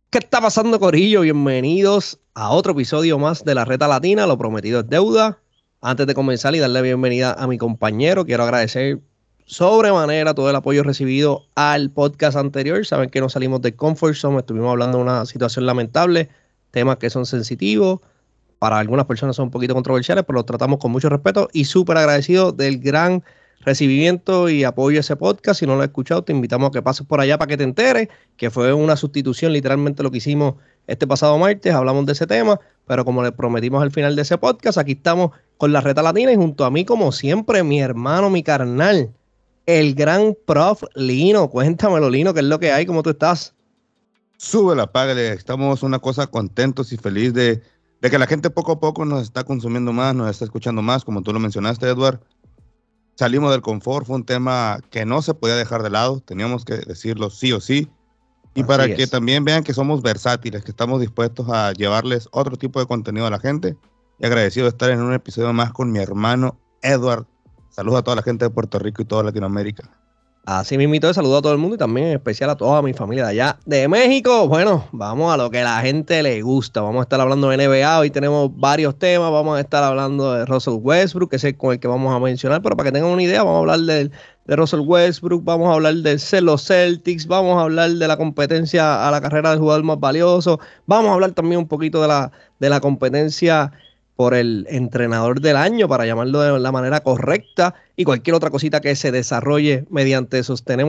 ¿Qué está pasando, corillo? Bienvenidos a otro episodio más de La Reta Latina. Lo prometido es deuda. Antes de comenzar y darle bienvenida a mi compañero, quiero agradecer sobremanera todo el apoyo recibido al podcast anterior. Saben que nos salimos de Comfort Zone, estuvimos hablando de una situación lamentable, temas que son sensitivos, para algunas personas son un poquito controversiales, pero los tratamos con mucho respeto y súper agradecido del gran recibimiento y apoyo a ese podcast. Si no lo has escuchado, te invitamos a que pases por allá para que te enteres, que fue una sustitución, literalmente lo que hicimos este pasado martes, hablamos de ese tema, pero como les prometimos al final de ese podcast, aquí estamos con La Reta Latina y junto a mí, como siempre, mi hermano, mi carnal, el gran prof Lino. Cuéntamelo, Lino, ¿qué es lo que hay? ¿Cómo tú estás? Sube la págale, estamos una cosa contentos y feliz de que la gente poco a poco nos está consumiendo más, nos está escuchando más, como tú lo mencionaste, Edward. Salimos del confort, fue un tema que no se podía dejar de lado, teníamos que decirlo sí o sí. Y para que también vean que somos versátiles, que estamos dispuestos a llevarles otro tipo de contenido a la gente. Y agradecido de estar en un episodio más con mi hermano Edward. Saludos a toda la gente de Puerto Rico y toda Latinoamérica. Así mismito, saludo a todo el mundo y también en especial a toda mi familia de allá de México. Bueno, vamos a lo que a la gente le gusta. Vamos a estar hablando de NBA. Hoy tenemos varios temas. Vamos a estar hablando de Russell Westbrook, que es el con el que vamos a mencionar. Pero para que tengan una idea, vamos a hablar de Russell Westbrook, vamos a hablar de los Celtics, vamos a hablar de la competencia a la carrera del jugador más valioso. Vamos a hablar también un poquito de la competencia por el entrenador del año, para llamarlo de la manera correcta, y cualquier otra cosita que se desarrolle mediante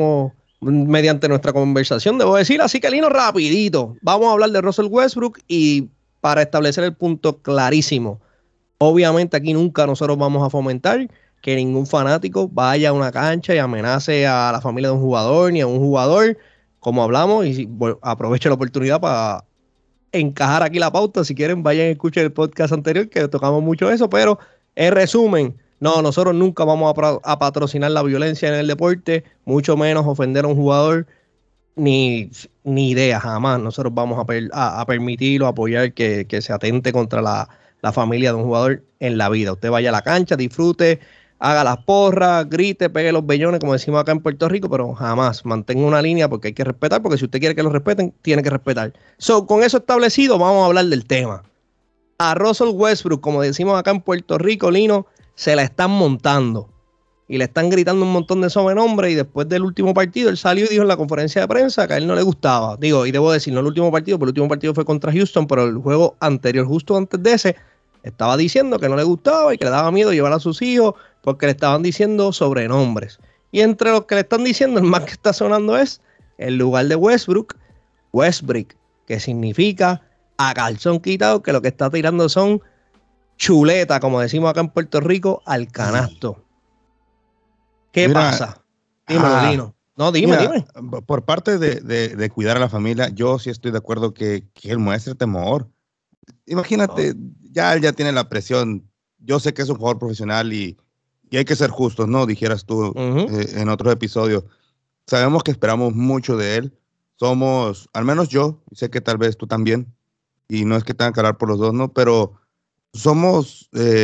nuestra conversación, debo decir. Así que, Lino, rapidito, vamos a hablar de Russell Westbrook y para establecer el punto clarísimo, obviamente aquí nunca nosotros vamos a fomentar que ningún fanático vaya a una cancha y amenace a la familia de un jugador ni a un jugador, como hablamos, y aprovecho la oportunidad para encajar aquí la pauta. Si quieren, vayan y escuchen el podcast anterior que tocamos mucho eso, pero en resumen, no, nosotros nunca vamos a patrocinar la violencia en el deporte, mucho menos ofender a un jugador, ni idea, jamás. Nosotros vamos a permitir o apoyar que se atente contra la familia de un jugador en la vida. Usted vaya a la cancha, disfrute, haga las porras, grite, pegue los bellones, como decimos acá en Puerto Rico, pero jamás mantenga una línea, porque hay que respetar, porque si usted quiere que lo respeten, tiene que respetar. Con eso establecido, vamos a hablar del tema. A Russell Westbrook, como decimos acá en Puerto Rico, Lino, se la están montando y le están gritando un montón de sobrenombres, y después del último partido, él salió y dijo en la conferencia de prensa que a él no le gustaba. Digo, y debo decir, no el último partido, porque el último partido fue contra Houston, pero el juego anterior, justo antes de ese, estaba diciendo que no le gustaba y que le daba miedo llevar a sus hijos porque le estaban diciendo sobrenombres. Y entre los que le están diciendo, el más que está sonando es el lugar de Westbrook, Westbrick, que significa a calzón quitado, que lo que está tirando son chuletas, como decimos acá en Puerto Rico, al canasto. ¿Qué pasa? Dímelo, Lino. No, dime. Por parte de cuidar a la familia, yo sí estoy de acuerdo que él muestre temor. Imagínate, ya tiene la presión. Yo sé que es un jugador profesional y hay que ser justos, ¿no? Dijeras tú en otros episodios. Sabemos que esperamos mucho de él. Somos, al menos yo, y sé que tal vez tú también, y no es que tengan que hablar por los dos, ¿no? Pero somos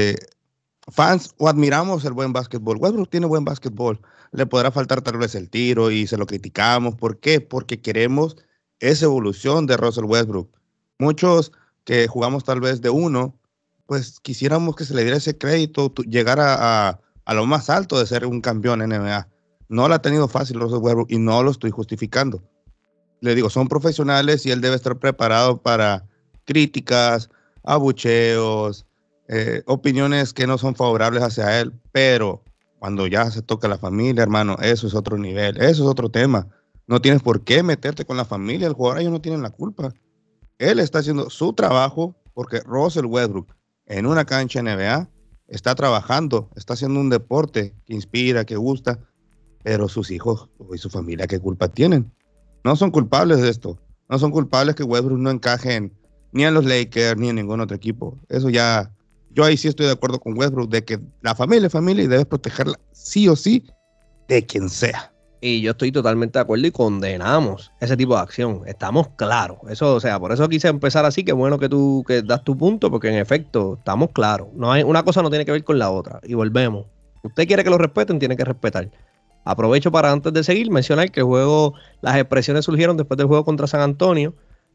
fans o admiramos el buen básquetbol. Westbrook tiene buen básquetbol. Le podrá faltar tal vez el tiro y se lo criticamos. ¿Por qué? Porque queremos esa evolución de Russell Westbrook. Muchos que jugamos tal vez de uno, pues quisiéramos que se le diera ese crédito, llegar a lo más alto de ser un campeón NBA. No lo ha tenido fácil Russell Westbrook y no lo estoy justificando. Le digo, son profesionales y él debe estar preparado para críticas, abucheos, opiniones que no son favorables hacia él, pero cuando ya se toca la familia, hermano, eso es otro nivel, eso es otro tema. No tienes por qué meterte con la familia, el jugador, ellos no tienen la culpa. Él está haciendo su trabajo porque Russell Westbrook en una cancha NBA está trabajando, está haciendo un deporte que inspira, que gusta, pero sus hijos y su familia, ¿qué culpa tienen? No son culpables de esto. No son culpables que Westbrook no encaje ni en los Lakers ni en ningún otro equipo. Eso ya, yo ahí sí estoy de acuerdo con Westbrook de que la familia es familia y debes protegerla sí o sí de quien sea. Y yo estoy totalmente de acuerdo y condenamos ese tipo de acción. Estamos claros. Eso, o sea, por eso quise empezar así. Qué bueno que tú que das tu punto, porque en efecto estamos claros. No hay, una cosa no tiene que ver con la otra. Y volvemos. Usted quiere que lo respeten, tiene que respetar. Aprovecho para, antes de seguir, mencionar que el juego, las expresiones surgieron después del juego contra San Antonio,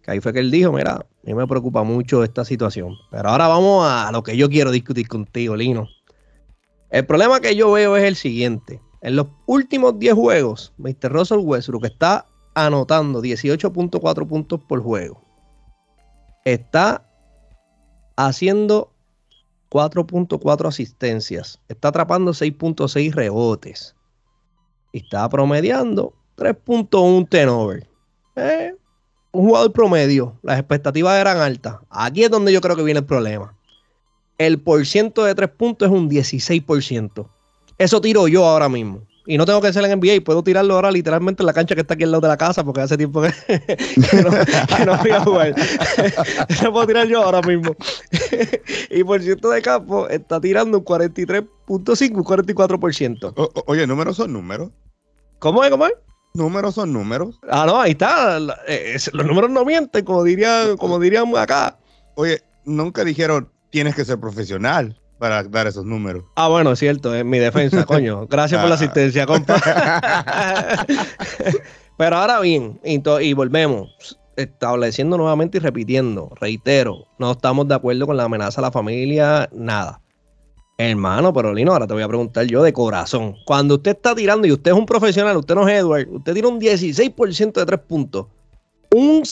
Que ahí fue que él dijo, mira, a mí me preocupa mucho esta situación. Pero ahora vamos a lo que yo quiero discutir contigo, Lino. El problema que yo veo es el siguiente. En los últimos 10 juegos, Mr. Russell Westbrook está anotando 18.4 puntos por juego. Está haciendo 4.4 asistencias. Está atrapando 6.6 rebotes. Y está promediando 3.1 turnover. Un jugador promedio. Las expectativas eran altas. Aquí es donde yo creo que viene el problema. El porciento de 3 puntos es un 16%. Eso tiro yo ahora mismo. Y no tengo que ser en NBA, puedo tirarlo ahora literalmente en la cancha que está aquí al lado de la casa, porque hace tiempo que no voy a jugar. Lo puedo tirar yo ahora mismo. Y por ciento de campo está tirando un 43.5, un 44%. Oye, números son números. ¿Cómo es? Números son números. Ah, no, ahí está. Los números no mienten, como dirían acá. Oye, nunca dijeron tienes que ser profesional para dar esos números. Ah, bueno, es cierto, es mi defensa, coño. Gracias por la asistencia, compa. Pero ahora bien, y volvemos, estableciendo nuevamente y repitiendo, reitero, no estamos de acuerdo con la amenaza a la familia, nada. Hermano, pero Lino, ahora te voy a preguntar yo de corazón. Cuando usted está tirando y usted es un profesional, usted no es Edward, usted tira un 16% de 3 puntos, un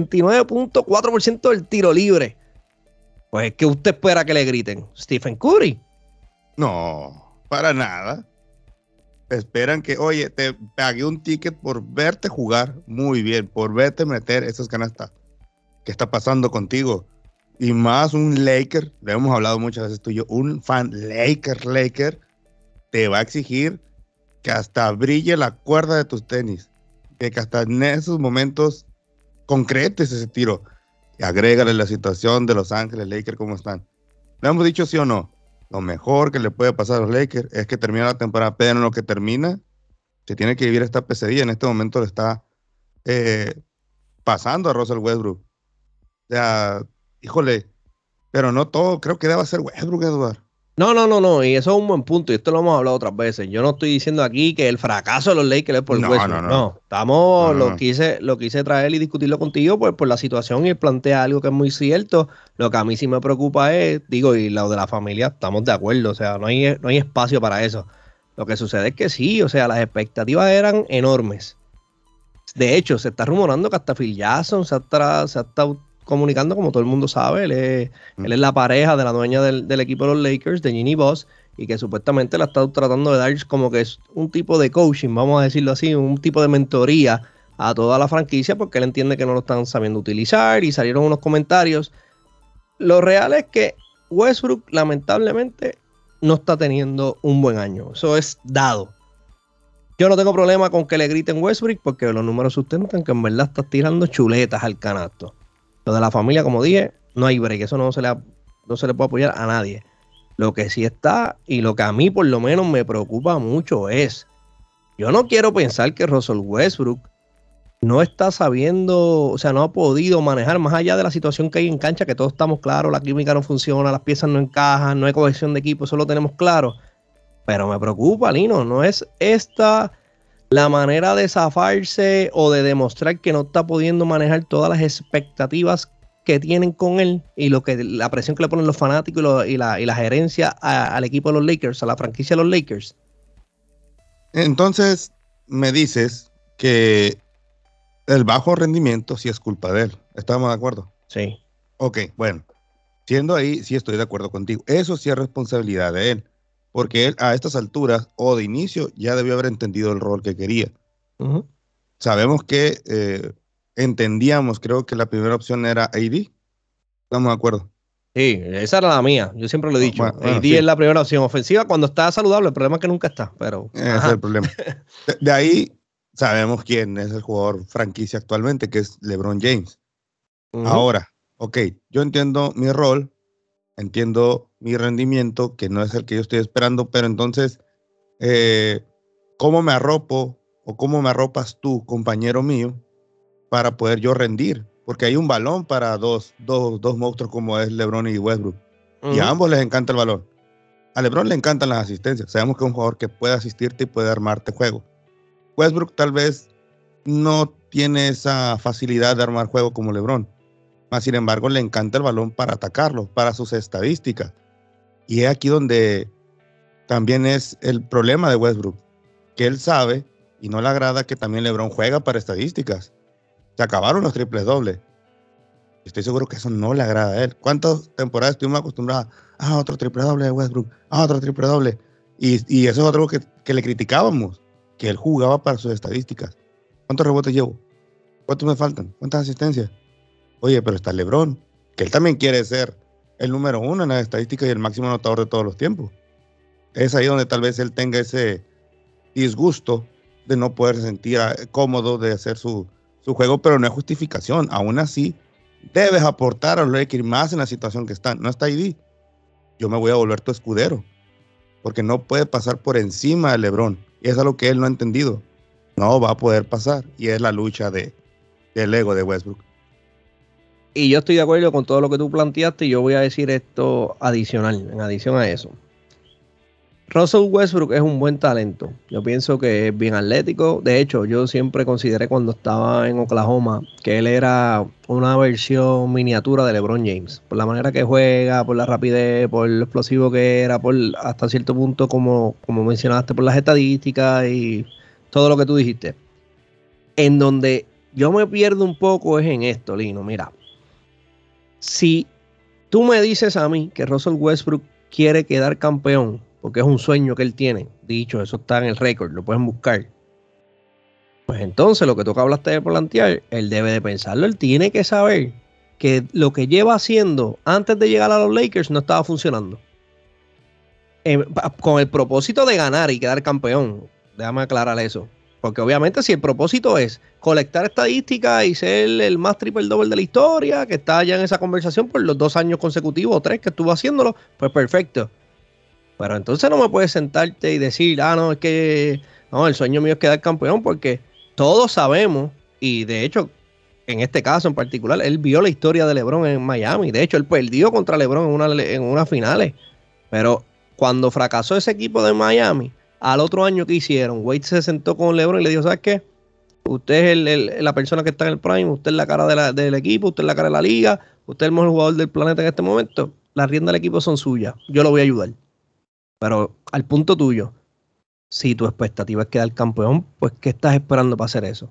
69.4% del tiro libre. Pues, ¿qué usted espera que le griten? ¿Stephen Curry? No, para nada. Esperan que, oye, te pagué un ticket por verte jugar muy bien, por verte meter esas canastas. ¿Qué está pasando contigo? Y más un Laker, le hemos hablado muchas veces tú y yo, un fan Laker, te va a exigir que hasta brille la cuerda de tus tenis, que hasta en esos momentos concretes ese tiro. Y agrégale la situación de Los Ángeles Lakers, ¿cómo están? ¿Le hemos dicho sí o no? Lo mejor que le puede pasar a los Lakers es que termine la temporada, pero en lo que termina, se tiene que vivir esta pesadilla. En este momento le está pasando a Russell Westbrook. O sea, híjole, pero no todo, creo que debe ser Westbrook, Eduardo. No, y eso es un buen punto, y esto lo hemos hablado otras veces. Yo no estoy diciendo aquí que el fracaso de los Lakers es por Westbrook. No, lo quise traer y discutirlo contigo pues, por la situación, y él plantea algo que es muy cierto. Lo que a mí sí me preocupa es, y lo de la familia, estamos de acuerdo, o sea, no hay espacio para eso. Lo que sucede es que sí, o sea, las expectativas eran enormes. De hecho, se está rumorando que hasta Phil Jackson se ha estado comunicando, como todo el mundo sabe, él es la pareja de la dueña del equipo de los Lakers, de Ginny Boss, y que supuestamente la ha estado tratando de dar como que es un tipo de coaching, vamos a decirlo así, un tipo de mentoría a toda la franquicia, porque él entiende que no lo están sabiendo utilizar, y salieron unos comentarios. Lo real es que Westbrook lamentablemente no está teniendo un buen año, eso es dado. Yo no tengo problema con que le griten Westbrook, porque los números sustentan que en verdad estás tirando chuletas al canasto. Lo de la familia, como dije, no hay break. Eso no se le puede apoyar a nadie. Lo que sí está, y lo que a mí por lo menos me preocupa mucho es, yo no quiero pensar que Russell Westbrook no está sabiendo, o sea, no ha podido manejar más allá de la situación que hay en cancha, que todos estamos claros, la química no funciona, las piezas no encajan, no hay cohesión de equipo, eso lo tenemos claro. Pero me preocupa, Lino, no es esta la manera de zafarse o de demostrar que no está pudiendo manejar todas las expectativas que tienen con él y la presión que le ponen los fanáticos y la gerencia al equipo de los Lakers, a la franquicia de los Lakers. Entonces, me dices que el bajo rendimiento sí es culpa de él. ¿Estamos de acuerdo? Sí. Ok, bueno. Siendo ahí, sí estoy de acuerdo contigo. Eso sí es responsabilidad de él. Porque él a estas alturas o de inicio ya debió haber entendido el rol que quería. Uh-huh. Sabemos que entendíamos, creo que la primera opción era AD. ¿Estamos de acuerdo? Sí, esa era la mía. Yo siempre lo he dicho. Bueno, AD sí. es la primera opción ofensiva cuando está saludable. El problema es que nunca está. Pero ese es el problema. De ahí sabemos quién es el jugador franquicia actualmente, que es LeBron James. Uh-huh. Ahora, ok, yo entiendo mi rol, entiendo mi rendimiento, que no es el que yo estoy esperando, pero entonces, ¿cómo me arropo o cómo me arropas tú, compañero mío, para poder yo rendir? Porque hay un balón para dos monstruos como es LeBron y Westbrook. Uh-huh. Y a ambos les encanta el balón. A LeBron le encantan las asistencias. Sabemos que es un jugador que puede asistirte y puede armarte juego. Westbrook tal vez no tiene esa facilidad de armar juego como LeBron. Mas, sin embargo, le encanta el balón para atacarlo, para sus estadísticas. Y es aquí donde también es el problema de Westbrook, que él sabe y no le agrada que también LeBron juega para estadísticas. Se acabaron los triples dobles. Estoy seguro que eso no le agrada a él. ¿Cuántas temporadas estuvimos acostumbrados a otro triple doble de Westbrook? Otro triple doble. Y eso es otro que le criticábamos, que él jugaba para sus estadísticas. ¿Cuántos rebotes llevo? ¿Cuántos me faltan? ¿Cuántas asistencias? Oye, pero está LeBron, que él también quiere ser el número 1 en las estadísticas y el máximo anotador de todos los tiempos. Es ahí donde tal vez él tenga ese disgusto de no poder sentir cómodo de hacer su juego, pero no es justificación. Aún así, debes aportar a los Lakers más en la situación que están. No está ahí. Yo me voy a volver tu escudero, porque no puede pasar por encima de LeBron. Y eso es lo que él no ha entendido. No va a poder pasar. Y es la lucha del ego de Westbrook. Y yo estoy de acuerdo con todo lo que tú planteaste y yo voy a decir esto adicional, en adición a eso. Russell Westbrook es un buen talento. Yo pienso que es bien atlético. De hecho, yo siempre consideré cuando estaba en Oklahoma que él era una versión miniatura de LeBron James. Por la manera que juega, por la rapidez, por lo explosivo que era, por hasta cierto punto, como mencionaste, por las estadísticas y todo lo que tú dijiste. En donde yo me pierdo un poco es en esto, Lino. Mira, si tú me dices a mí que Russell Westbrook quiere quedar campeón, porque es un sueño que él tiene, dicho, eso está en el récord, lo pueden buscar, pues entonces lo que tú hablaste de plantear, él debe de pensarlo, él tiene que saber que lo que lleva haciendo antes de llegar a los Lakers no estaba funcionando. Con el propósito de ganar y quedar campeón, déjame aclarar eso. Porque obviamente si el propósito es colectar estadísticas y ser el más triple double de la historia, que está ya en esa conversación por los 2 años consecutivos o 3 que estuvo haciéndolo, pues perfecto. Pero entonces no me puedes sentarte y decir, no, es que no, el sueño mío es quedar campeón, porque todos sabemos, y de hecho, en este caso en particular, él vio la historia de LeBron en Miami. De hecho, él perdió contra LeBron en unas finales. Pero cuando fracasó ese equipo de Miami, al otro año que hicieron, Wade se sentó con LeBron y le dijo, ¿sabes qué? Usted es la persona que está en el prime, usted es la cara del equipo, usted es la cara de la liga, usted es el mejor jugador del planeta en este momento. Las riendas del equipo son suyas, yo lo voy a ayudar. Pero al punto tuyo, si tu expectativa es quedar campeón, pues ¿qué estás esperando para hacer eso?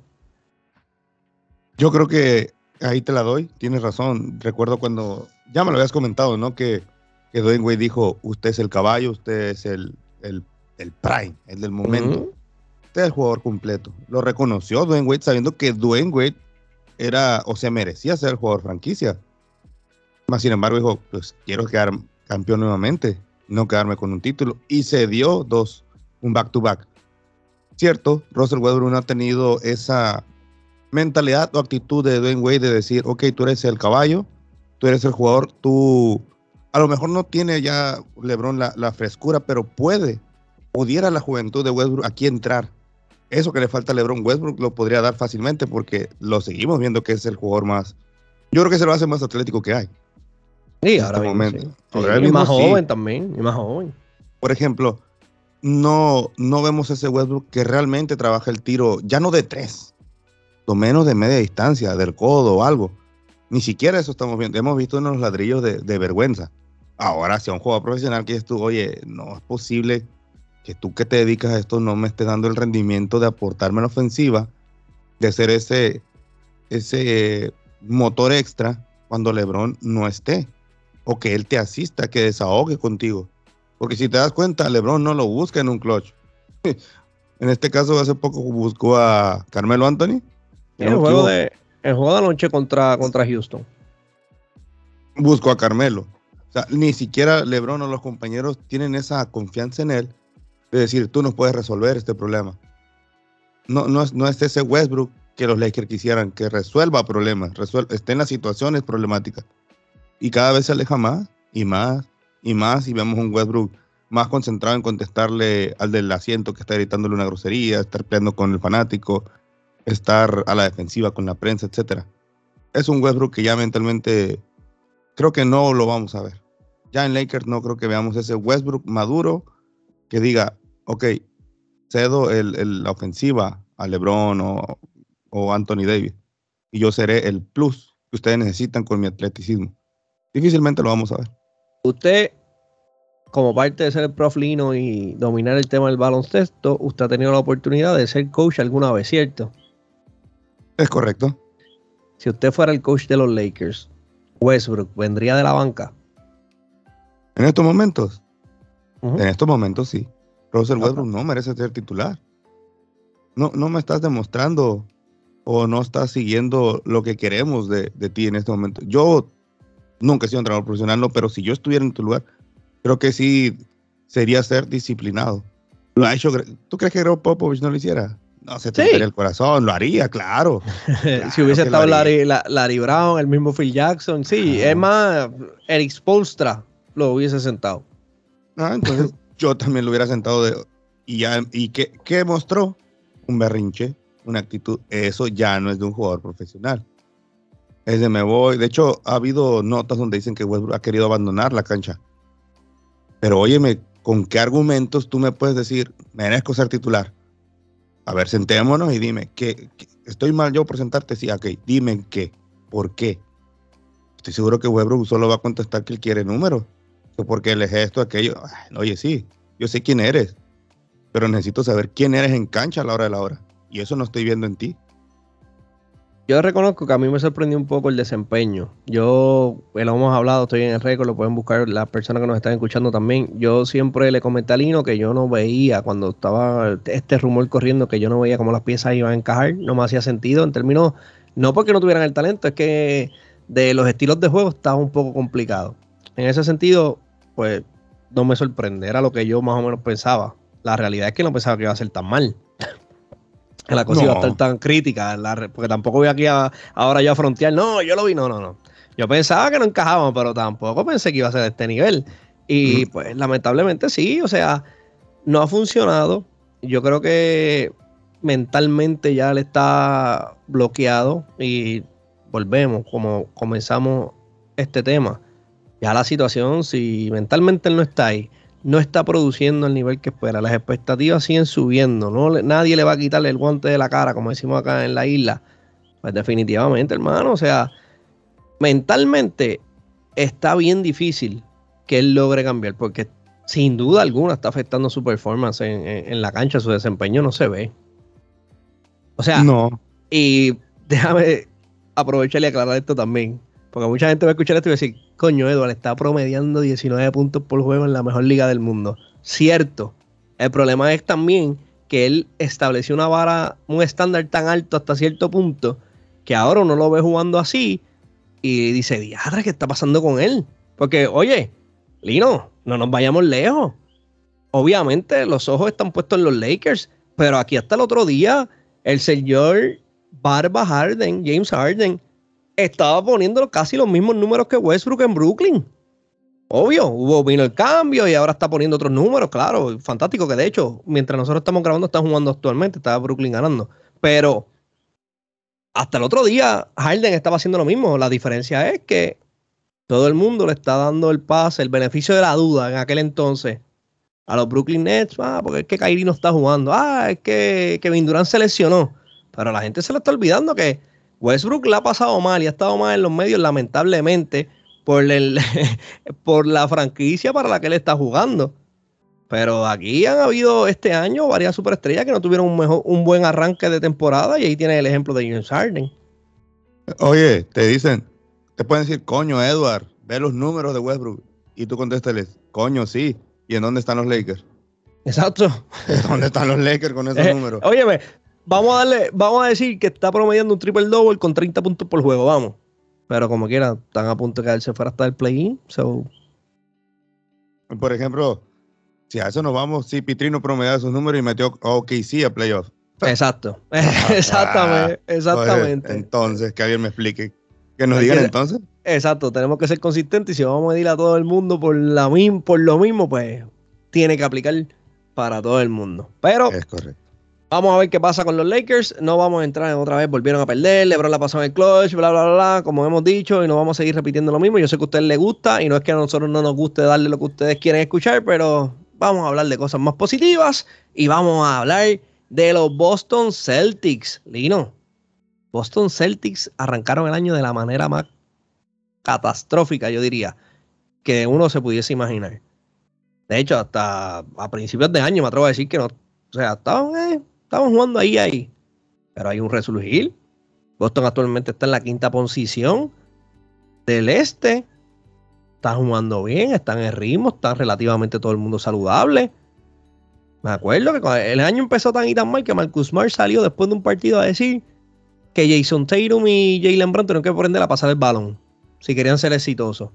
Yo creo que ahí te la doy, tienes razón. Recuerdo cuando, ya me lo habías comentado, ¿no? Que Dwayne Wade dijo, usted es el caballo, usted es el prime, el del momento. Usted es el jugador completo. Lo reconoció Dwayne Wade sabiendo que Dwayne Wade era, o sea, merecía ser el jugador franquicia. Más sin embargo dijo, pues quiero quedar campeón nuevamente, no quedarme con un título. Y se dio un back-to-back. Cierto, Russell Westbrook no ha tenido esa mentalidad o actitud de Dwayne Wade de decir, ok, tú eres el caballo, tú eres el jugador, tú a lo mejor no tiene ya LeBron la frescura, pero pudiera la juventud de Westbrook aquí entrar. Eso que le falta a LeBron, Westbrook lo podría dar fácilmente porque lo seguimos viendo que es el jugador más, yo creo que se lo hace más atlético que hay. Sí, en ahora este mismo, momento. sí. Ahora Sí, mismo, más joven sí. también, y más joven. Por ejemplo, no vemos ese Westbrook que realmente trabaja el tiro, ya no de 3, lo menos de media distancia, del codo o algo. Ni siquiera eso estamos viendo. Hemos visto unos ladrillos de vergüenza. Ahora, si a un jugador profesional que es tú, oye, no es posible que tú que te dedicas a esto no me estés dando el rendimiento de aportarme en la ofensiva, de ser ese motor extra cuando LeBron no esté, o que él te asista, que desahogue contigo. Porque si te das cuenta, LeBron no lo busca en un clutch. En este caso, hace poco buscó a Carmelo Anthony. Si no El me juego equivoco, de, el juego de anoche contra Houston. buscó a Carmelo. O sea, ni siquiera LeBron o los compañeros tienen esa confianza en él de decir, tú nos puedes resolver este problema. No es ese Westbrook que los Lakers quisieran que resuelva problemas, esté en las situaciones problemáticas. Y cada vez se aleja más y más y más, y vemos un Westbrook más concentrado en contestarle al del asiento que está gritándole una grosería, estar peleando con el fanático, estar a la defensiva con la prensa, etc. Es un Westbrook que ya mentalmente creo que no lo vamos a ver. Ya en Lakers no creo que veamos ese Westbrook maduro que diga, ok, cedo la ofensiva a LeBron o o Anthony Davis. Y yo seré el plus que ustedes necesitan con mi atleticismo. Difícilmente lo vamos a ver. Usted, como parte de ser el prof Lino y dominar el tema del baloncesto, usted ha tenido la oportunidad de ser coach alguna vez, ¿cierto? Es correcto. Si usted fuera el coach de los Lakers, Westbrook vendría de la banca. En estos momentos, en estos momentos sí. Russell Westbrook no merece ser titular. No me estás demostrando o no estás siguiendo lo que queremos de ti en este momento. Yo nunca he sido entrenador profesional, no, pero si yo estuviera en tu lugar, creo que sí sería ser disciplinado. Lo ha hecho. ¿Tú crees que Greg Popovich no lo hiciera? No, se te rompería el corazón, lo haría, claro. Si hubiese estado Larry Brown, el mismo Phil Jackson, sí, es más, Eric Spoelstra lo hubiese sentado. Entonces yo también lo hubiera sentado ¿y qué mostró? Un berrinche, una actitud. Eso ya no es de un jugador profesional. Es de me voy. De hecho, ha habido notas donde dicen que Westbrook ha querido abandonar la cancha. Pero óyeme, ¿con qué argumentos tú me puedes decir, merezco ser titular? A ver, sentémonos y dime, ¿qué estoy mal yo por sentarte? Sí, ok, dime qué, ¿por qué? Estoy seguro que Westbrook solo va a contestar que él quiere números, que porque él es esto, aquello. Oye, sí, yo sé quién eres, pero necesito saber quién eres en cancha a la hora de la hora. Y eso no estoy viendo en ti. Yo reconozco que a mí me sorprendió un poco el desempeño. Lo hemos hablado, estoy en el récord, lo pueden buscar las personas que nos están escuchando también. Yo siempre le comenté a Lino que yo no veía, cuando estaba este rumor corriendo, que yo no veía cómo las piezas iban a encajar. No me hacía sentido en términos, no porque no tuvieran el talento, es que de los estilos de juego estaba un poco complicado. En ese sentido, pues no me sorprende, era lo que yo más o menos pensaba. La realidad es que no pensaba que iba a ser tan mal. Que la cosa iba a estar tan crítica, porque tampoco voy aquí ahora yo a frontear, no, yo lo vi, no. Yo pensaba que no encajaban, pero tampoco pensé que iba a ser de este nivel. Y pues lamentablemente sí, o sea, no ha funcionado. Yo creo que mentalmente ya le está bloqueado y volvemos, como comenzamos este tema. Ya la situación, si mentalmente él no está ahí, no está produciendo el nivel que espera, las expectativas siguen subiendo, nadie le va a quitarle el guante de la cara, como decimos acá en la isla, pues definitivamente, hermano, o sea, mentalmente está bien difícil que él logre cambiar, porque sin duda alguna está afectando su performance en la cancha, su desempeño no se ve. O sea, y déjame aprovechar y aclarar esto también, porque mucha gente va a escuchar esto y va a decir, coño, Edward está promediando 19 puntos por juego en la mejor liga del mundo. Cierto. El problema es también que él estableció una vara, un estándar tan alto hasta cierto punto, que ahora uno lo ve jugando así y dice, diadre, ¿qué está pasando con él? Porque, oye, Lino, no nos vayamos lejos. Obviamente los ojos están puestos en los Lakers, pero aquí hasta el otro día, el señor Barba Harden, James Harden, estaba poniendo casi los mismos números que Westbrook en Brooklyn. Obvio, vino el cambio y ahora está poniendo otros números, claro, fantástico, que de hecho, mientras nosotros estamos grabando, están jugando actualmente, está Brooklyn ganando. Pero hasta el otro día, Harden estaba haciendo lo mismo. La diferencia es que todo el mundo le está dando el pase, el beneficio de la duda en aquel entonces a los Brooklyn Nets, porque es que Kyrie no está jugando, es que Kevin Durant se lesionó. Pero la gente se le está olvidando que Westbrook la ha pasado mal y ha estado mal en los medios, lamentablemente, por la franquicia para la que él está jugando. Pero aquí han habido este año varias superestrellas que no tuvieron un buen arranque de temporada, y ahí tienes el ejemplo de James Harden. Oye, te pueden decir, coño, Edward, ve los números de Westbrook. Y tú contéstales, coño, sí. ¿Y en dónde están los Lakers? Exacto. ¿Dónde están los Lakers con esos números? Óyeme, vamos a decir que está promediando un triple-double con 30 puntos por juego, vamos. Pero como quiera, están a punto de quedarse fuera hasta el play-in. Por ejemplo, si a eso nos vamos, sí, Pitrino promedió esos números y metió a OKC a playoffs. Exacto. Exactamente. Pues, entonces, que alguien me explique. Que nos digan entonces. Exacto, tenemos que ser consistentes y si vamos a medir a todo el mundo por lo mismo, pues tiene que aplicar para todo el mundo. Pero es correcto. Vamos a ver qué pasa con los Lakers. No vamos a entrar en otra vez, volvieron a perder, LeBron la pasó en el clutch, bla, bla, bla, bla, como hemos dicho, y no vamos a seguir repitiendo lo mismo. Yo sé que a ustedes les gusta y no es que a nosotros no nos guste darle lo que ustedes quieren escuchar, pero vamos a hablar de cosas más positivas y vamos a hablar de los Boston Celtics. Lino, Boston Celtics arrancaron el año de la manera más catastrófica, yo diría, que uno se pudiese imaginar. De hecho, hasta a principios de año me atrevo a decir que no, o sea, estaban jugando ahí. Pero hay un resurgir. Boston actualmente está en la 5ª posición del este. Están jugando bien, están en ritmo, están relativamente todo el mundo saludable. Me acuerdo que el año empezó tan y tan mal que Marcus Smart salió después de un partido a decir que Jason Tatum y Jaylen Brown tenían que aprender a pasar el balón si querían ser exitosos.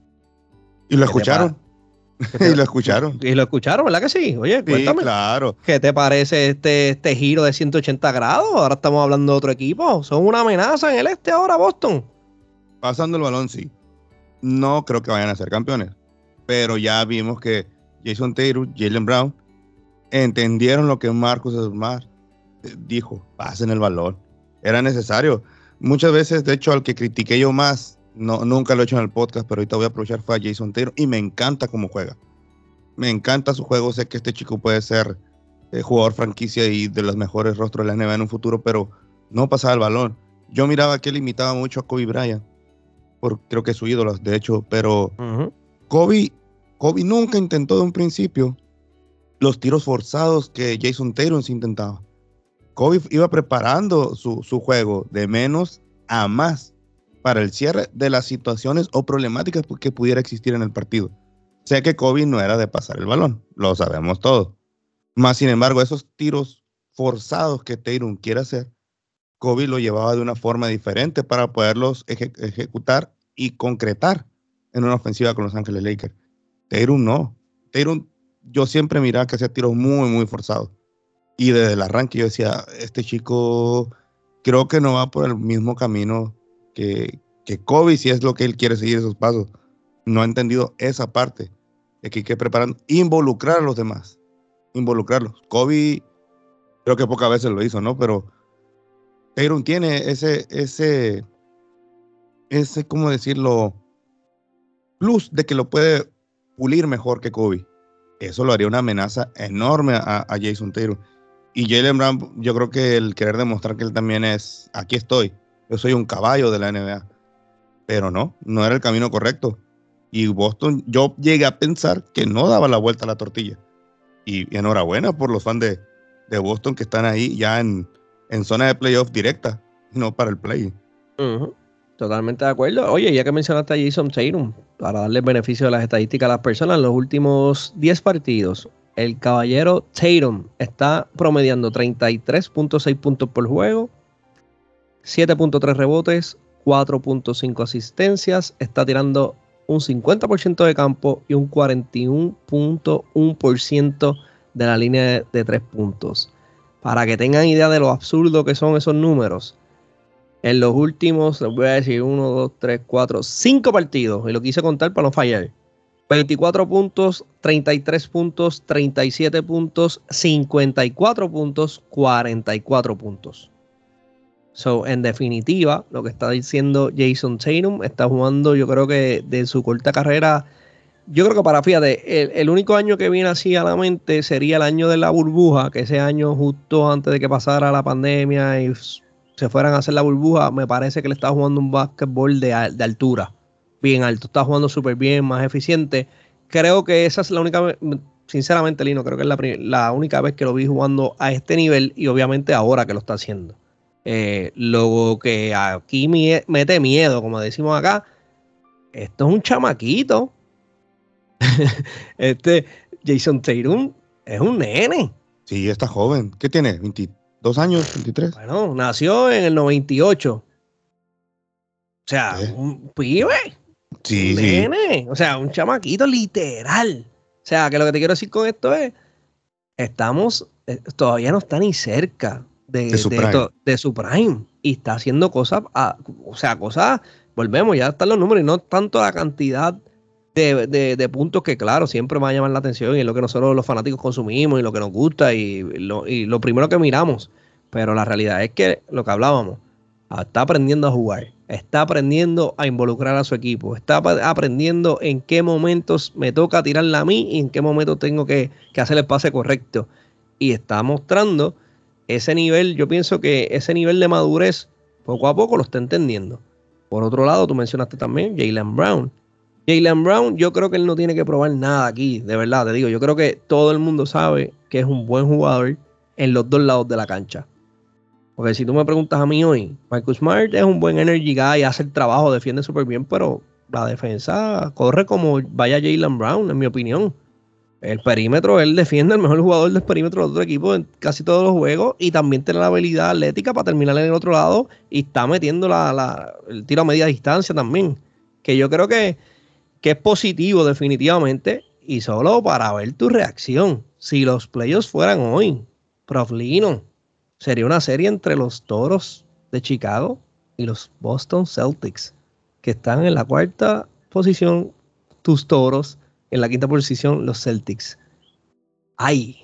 Y lo escucharon. Y lo escucharon. Y lo escucharon, ¿verdad que sí? Oye, cuéntame. Sí, claro. ¿Qué te parece este giro de 180 grados? Ahora estamos hablando de otro equipo. Son una amenaza en el este ahora, Boston. Pasando el balón, sí. No creo que vayan a ser campeones. Pero ya vimos que Jason Tatum, Jaylen Brown entendieron lo que Marcus Smart dijo. Pasen el balón. Era necesario. Muchas veces, de hecho, al que critiqué yo más, nunca lo he hecho en el podcast, pero ahorita voy a aprovechar, fue a Jason Tatum, y me encanta cómo juega. Me encanta su juego. Sé que este chico puede ser jugador franquicia y de los mejores rostros de la NBA en un futuro, pero no pasaba el balón. Yo miraba que él imitaba mucho a Kobe Bryant, creo que es su ídolo, de hecho, pero Kobe nunca intentó de un principio los tiros forzados que Jason Tatum se intentaba. Kobe iba preparando su juego de menos a más para el cierre de las situaciones o problemáticas que pudiera existir en el partido. Sé que Kobe no era de pasar el balón, lo sabemos todos. Más sin embargo, esos tiros forzados que Tatum quiere hacer, Kobe lo llevaba de una forma diferente para poderlos ejecutar y concretar en una ofensiva con Los Ángeles Lakers. Tatum no. Tatum, yo siempre miraba que hacía tiros muy, muy forzados. Y desde el arranque yo decía, este chico creo que no va por el mismo camino que Kobe, si es lo que él quiere seguir esos pasos. No ha entendido esa parte de que hay que preparar, involucrar a los demás, involucrarlos. Kobe creo que pocas veces lo hizo, ¿no? Pero Tatum tiene ese, ¿cómo decirlo? Plus de que lo puede pulir mejor que Kobe. Eso lo haría una amenaza enorme a Jason Tatum. Y Jaylen Brown, yo creo que el querer demostrar que él también es, aquí estoy, yo soy un caballo de la NBA. Pero no era el camino correcto. Y Boston, yo llegué a pensar que no daba la vuelta a la tortilla. Y enhorabuena por los fans de Boston que están ahí ya en zona de playoff directa, no para el play. Totalmente de acuerdo. Oye, ya que mencionaste a Jason Tatum, para darle beneficio de las estadísticas a las personas, en los últimos 10 partidos, el caballero Tatum está promediando 33.6 puntos por juego, 7.3 rebotes, 4.5 asistencias, está tirando un 50% de campo y un 41.1% de la línea de 3 puntos. Para que tengan idea de lo absurdo que son esos números, en los últimos, les voy a decir 1, 2, 3, 4, 5 partidos, y lo quise contar para no fallar. 24 puntos, 33 puntos, 37 puntos, 54 puntos, 44 puntos. So, en definitiva, lo que está diciendo Jason Tatum, está jugando, yo creo que de su corta carrera, yo creo que fíjate, el único año que viene así a la mente sería el año de la burbuja, que ese año justo antes de que pasara la pandemia y se fueran a hacer la burbuja, me parece que le está jugando un básquetbol de altura, bien alto, está jugando súper bien, más eficiente. Creo que esa es la única, sinceramente, Lino, creo que es la única vez que lo vi jugando a este nivel y obviamente ahora que lo está haciendo. Lo que aquí mete miedo, como decimos acá, esto es un chamaquito. Jason Tatum es un nene. Sí, está joven. ¿Qué tiene? ¿22 años? ¿23? Bueno, nació en el 98. O sea, un pibe. Sí, un nene. O sea, un chamaquito literal. O sea, que lo que te quiero decir con esto es, todavía no está ni cerca de su prime. Y está haciendo cosas, volvemos, ya están los números y no tanto la cantidad de puntos que, claro, siempre va a llamar la atención y es lo que nosotros los fanáticos consumimos y lo que nos gusta y lo primero que miramos. Pero la realidad es que lo que hablábamos, está aprendiendo a jugar, está aprendiendo a involucrar a su equipo, está aprendiendo en qué momentos me toca tirarla a mí y en qué momento tengo que hacer el pase correcto. Y está mostrando ese nivel, yo pienso que ese nivel de madurez poco a poco lo está entendiendo. Por otro lado, tú mencionaste también Jaylen Brown. Jaylen Brown, yo creo que él no tiene que probar nada aquí, de verdad, te digo. Yo creo que todo el mundo sabe que es un buen jugador en los dos lados de la cancha. Porque si tú me preguntas a mí hoy, Marcus Smart es un buen energy guy, hace el trabajo, defiende súper bien, pero la defensa corre como vaya Jaylen Brown, en mi opinión. El perímetro, él defiende el mejor jugador del perímetro del otro equipo en casi todos los juegos y también tiene la habilidad atlética para terminar en el otro lado y está metiendo el tiro a media distancia también. Que yo creo que es positivo definitivamente y solo para ver tu reacción. Si los playoffs fueran hoy, Proflino, sería una serie entre los Toros de Chicago y los Boston Celtics, que están en la cuarta posición, tus Toros, en la quinta posición, los Celtics. ¡Ay!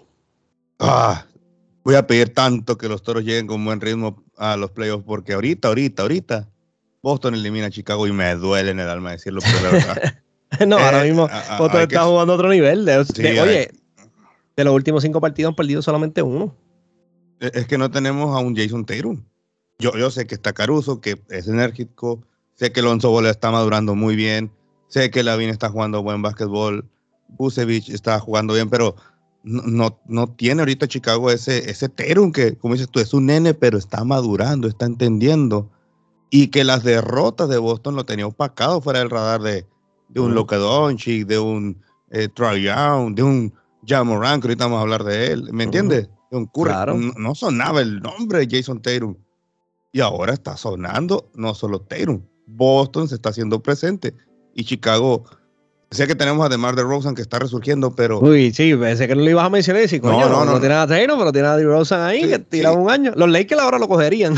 Voy a pedir tanto que los Toros lleguen con buen ritmo a los playoffs, porque ahorita, Boston elimina a Chicago y me duele en el alma decirlo, pero la verdad. No, ahora mismo Boston está jugando a otro nivel. Oye, de los últimos 5 partidos han perdido solamente 1. Es que no tenemos a un Jason Tatum. Yo sé que está Caruso, que es enérgico, sé que Lonzo Ball está madurando muy bien, sé que Lavin está jugando buen básquetbol, Vucevic está jugando bien, pero no tiene ahorita Chicago ese Tatum que, como dices tú, es un nene, pero está madurando, está entendiendo. Y que las derrotas de Boston lo tenía opacado fuera del radar de un Luka Doncic, de un Trae Young, de un Ja Morant, que ahorita vamos a hablar de él, ¿me entiendes? De un Curry. Claro. No sonaba el nombre de Jason Tatum. Y ahora está sonando no solo Tatum, Boston se está haciendo presente. Y Chicago, sé que tenemos a DeMar DeRozan que está resurgiendo, pero... Uy, sí, pensé que no lo ibas a mencionar y decir, coño, no tiene a Tatum, pero tiene a DeRozan ahí, sí, que tira un año. Los Lakers ahora lo cogerían.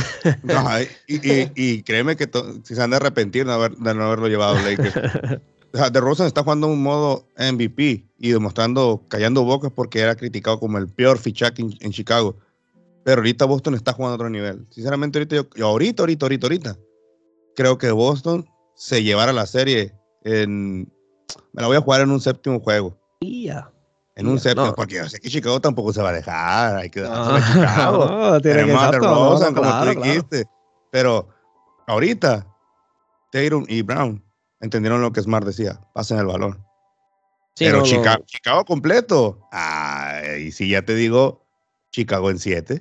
Y créeme que si se han de arrepentir de no haberlo llevado a los Lakers. O sea, DeRozan está jugando un modo MVP y demostrando, callando bocas porque era criticado como el peor fichaje en Chicago. Pero ahorita Boston está jugando a otro nivel. Sinceramente, ahorita, creo que Boston se llevará la serie me la voy a jugar en un séptimo juego. En un séptimo, porque yo sé que Chicago tampoco se va a dejar. Hay que darse a Chicago. Tenemos a DeRozan, como tú dijiste. Pero ahorita, Tatum y Brown entendieron lo que Smart decía. Pasen el balón. Sí, pero Chicago completo. Y si ya te digo, Chicago en 7.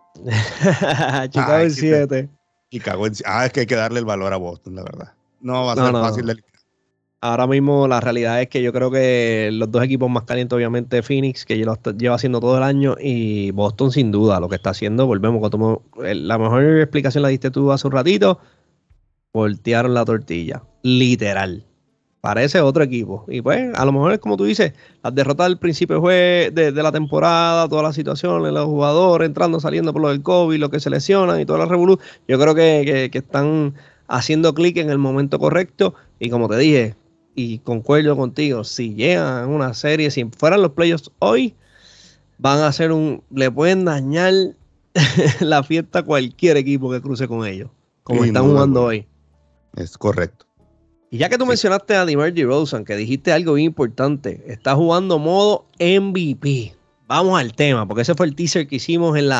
Chicago en 7. Chicago en 7. Es que hay que darle el valor a Boston, la verdad. No va a ser fácil de eliminar. Ahora mismo la realidad es que yo creo que los dos equipos más calientes, obviamente, Phoenix, que lleva haciendo todo el año, y Boston sin duda, lo que está haciendo, volvemos, la mejor explicación la diste tú hace un ratito, voltearon la tortilla, literal. Parece otro equipo. Y pues, a lo mejor es como tú dices, las derrotas del principio de la temporada, todas las situaciones, los jugadores entrando, saliendo por lo del COVID, lo que se lesionan y toda la revolución. Yo creo que están haciendo clic en el momento correcto. Y como te dije, y concuerdo contigo, si llegan a una serie, si fueran los playoffs hoy, van a hacer le pueden dañar la fiesta a cualquier equipo que cruce con ellos, como están jugando hoy. Es correcto. Y ya que tú mencionaste a DeMar DeRozan, que dijiste algo bien importante, está jugando modo MVP. Vamos al tema, porque ese fue el teaser que hicimos en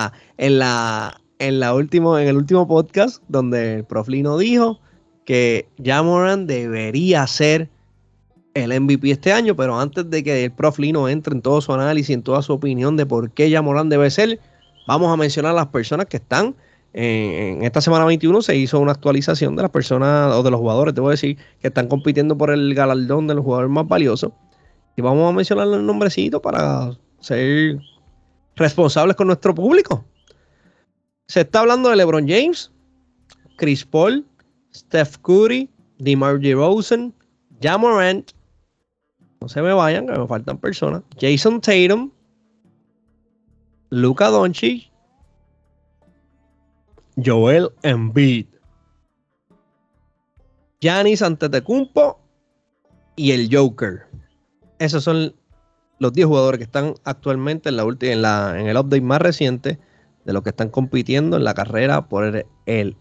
el último podcast, donde el Proflino dijo que Ja Morant debería ser el MVP este año, pero antes de que el Proflino entre en todo su análisis, en toda su opinión de por qué Ja Morant debe ser, vamos a mencionar a las personas que están. En esta semana 21 se hizo una actualización de las personas o de los jugadores, te voy a decir, que están compitiendo por el galardón de los jugadores más valiosos. Y vamos a mencionar el nombrecito para ser responsables con nuestro público. Se está hablando de LeBron James, Chris Paul, Steph Curry, DeMar DeRozan, Ja Morant, no se me vayan, que me faltan personas, Jason Tatum, Luka Doncic, Joel Embiid, Giannis Antetokounmpo y el Joker. Esos son los 10 jugadores que están actualmente en el update más reciente de los que están compitiendo en la carrera por el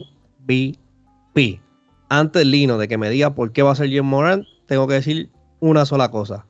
MVP. Antes, Lino, de que me diga por qué va a ser Ja Morant, tengo que decir una sola cosa.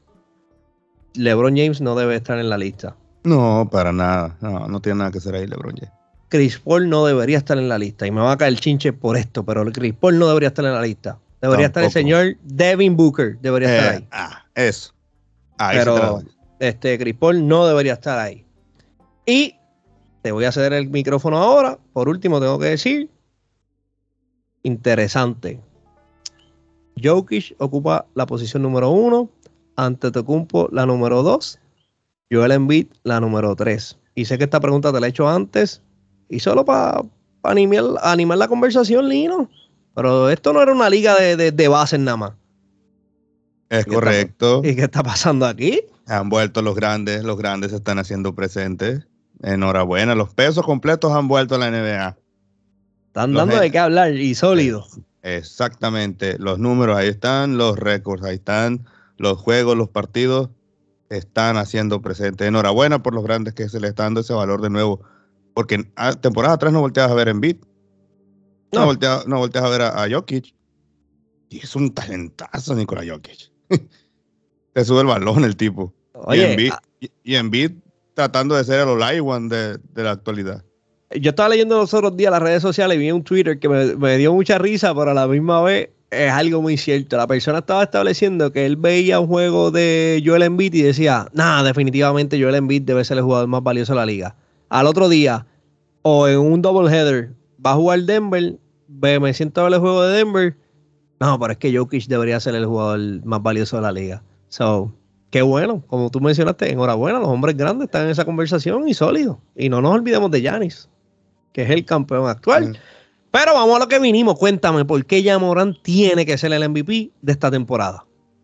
LeBron James no debe estar en la lista. No, para nada. No tiene nada que hacer ahí LeBron James. Chris Paul no debería estar en la lista. Y me va a caer el chinche por esto, pero Chris Paul no debería estar en la lista. Debería estar el señor Devin Booker, debería estar ahí. Eso. Ahí pero Chris Paul no debería estar ahí. Y te voy a ceder el micrófono ahora. Por último, tengo que decir, interesante. Jokic ocupa la posición número 1, Antetokounmpo la número 2, Joel Embiid la número 3. Y sé que esta pregunta te la he hecho antes y solo para animar la conversación, Lino. Pero esto no era una liga de bases nada más. Es correcto. ¿Y qué está pasando aquí? Han vuelto los grandes se están haciendo presentes. Enhorabuena, los pesos completos han vuelto a la NBA. Están dando de qué hablar y sólidos. Exactamente, los números ahí están, los récords ahí están, los juegos, los partidos están haciendo presente. Enhorabuena por los grandes que se le está dando ese valor de nuevo, porque en temporada atrás no volteabas a ver a Embiid, no volteas a ver a Jokic, y es un talentazo Nikola Jokic. Te sube el balón el tipo. Oye, y Embiid tratando de ser el Olajuwon de la actualidad. Yo estaba leyendo los otros días las redes sociales y vi un Twitter que me dio mucha risa, pero a la misma vez es algo muy cierto. La persona estaba estableciendo que él veía un juego de Joel Embiid y decía, definitivamente Joel Embiid debe ser el jugador más valioso de la liga. Al otro día, o en un doubleheader, va a jugar Denver, me siento a ver el juego de Denver. No, pero es que Jokic debería ser el jugador más valioso de la liga. So, qué bueno, como tú mencionaste, enhorabuena, los hombres grandes están en esa conversación y sólidos. Y no nos olvidemos de Giannis, que es el campeón actual. Pero vamos a lo que vinimos. Cuéntame, ¿por qué Ja Morant tiene que ser el MVP de esta temporada?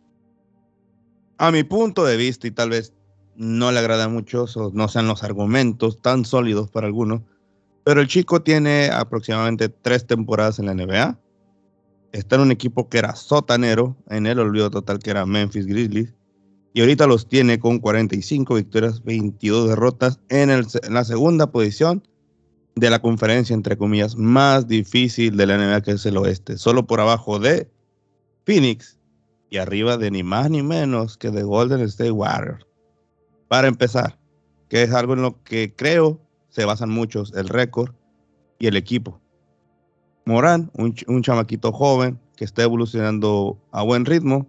A mi punto de vista, y tal vez no le agrada mucho, no sean los argumentos tan sólidos para algunos, pero el chico tiene aproximadamente 3 temporadas en la NBA. Está en un equipo que era sotanero, en el olvido total que era Memphis Grizzlies, y ahorita los tiene con 45 victorias, 22 derrotas en la segunda posición de la conferencia, entre comillas, más difícil de la NBA, que es el oeste, solo por abajo de Phoenix y arriba de ni más ni menos que de Golden State Warriors. Para empezar, que es algo en lo que creo se basan muchos, el récord y el equipo. Morant, un chamaquito joven que está evolucionando a buen ritmo,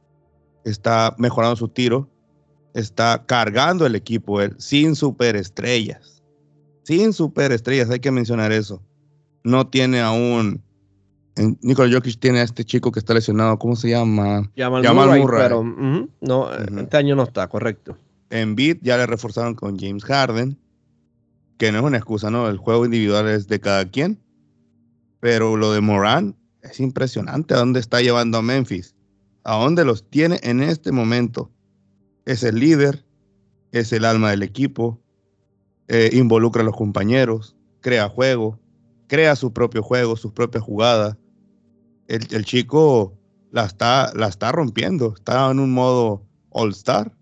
está mejorando su tiro, está cargando el equipo él, sin superestrellas. Sin superestrellas, hay que mencionar eso. No tiene aún... Nikola Jokic tiene a este chico que está lesionado, ¿cómo se llama? Jamal Murray. Pero este año no está, correcto. Embiid ya le reforzaron con James Harden, que no es una excusa, ¿no? El juego individual es de cada quien. Pero lo de Morant es impresionante a dónde está llevando a Memphis. A dónde los tiene en este momento. Es el líder, es el alma del equipo. Involucra a los compañeros, crea juego, crea su propio juego, sus propias jugadas. El chico la está rompiendo, está en un modo All-Star.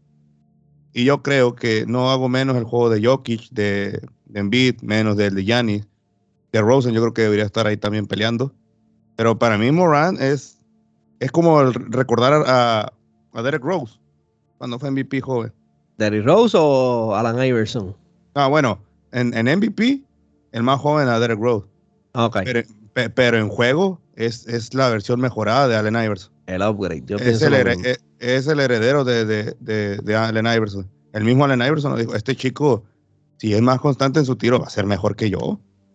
Y yo creo que no hago menos el juego de Jokic, de Embiid, menos del de Giannis, de Rosen. Yo creo que debería estar ahí también peleando. Pero para mí Morant es como recordar a Derrick Rose cuando fue MVP joven. ¿Derrick Rose o Allen Iverson? Bueno, en MVP, el más joven a Derrick Rose. Okay. Pero en juego es la versión mejorada de Allen Iverson. El upgrade. Es el heredero de Allen Iverson. El mismo Allen Iverson dijo, este chico, si es más constante en su tiro, va a ser mejor que yo.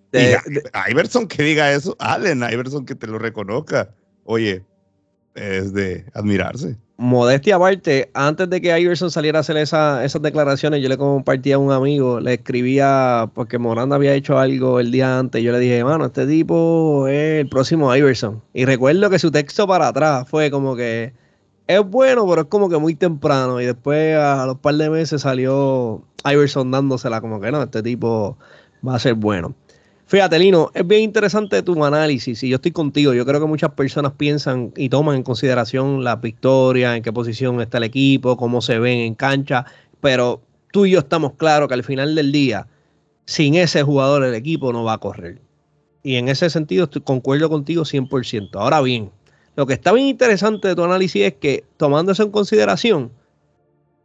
Iverson que diga eso, Allen Iverson que te lo reconozca. Oye, es de admirarse. Modestia aparte, antes de que Iverson saliera a hacer esas declaraciones, yo le compartía a un amigo, le escribía, porque Morant había hecho algo el día antes, yo le dije, mano, este tipo es el próximo Iverson. Y recuerdo que su texto para atrás fue como que, es bueno, pero es como que muy temprano. Y después a los par de meses salió Iverson dándosela como que no, este tipo va a ser bueno. Fíjate, Lino, es bien interesante tu análisis y yo estoy contigo. Yo creo que muchas personas piensan y toman en consideración la victoria, en qué posición está el equipo, cómo se ven en cancha, pero tú y yo estamos claros que al final del día, sin ese jugador el equipo no va a correr. Y en ese sentido concuerdo contigo 100%. Ahora bien, lo que está bien interesante de tu análisis es que, tomando eso en consideración,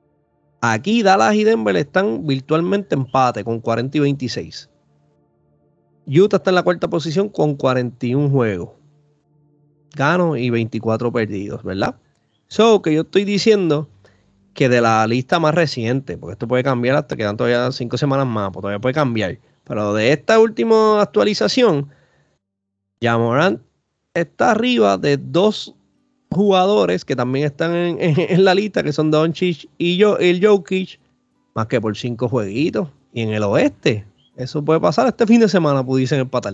aquí Dallas y Denver están virtualmente empate con 40 y 26. Utah está en la cuarta posición con 41 juegos. Ganos y 24 perdidos, ¿verdad? So, que yo estoy diciendo que de la lista más reciente, porque esto puede cambiar hasta quedan todavía 5 semanas más, pues todavía puede cambiar. Pero de esta última actualización, Ja Morant está arriba de 2 jugadores que también están en la lista, que son Doncic y el Jokic, más que por 5 jueguitos. Y en el oeste, eso puede pasar este fin de semana, pudiesen empatar.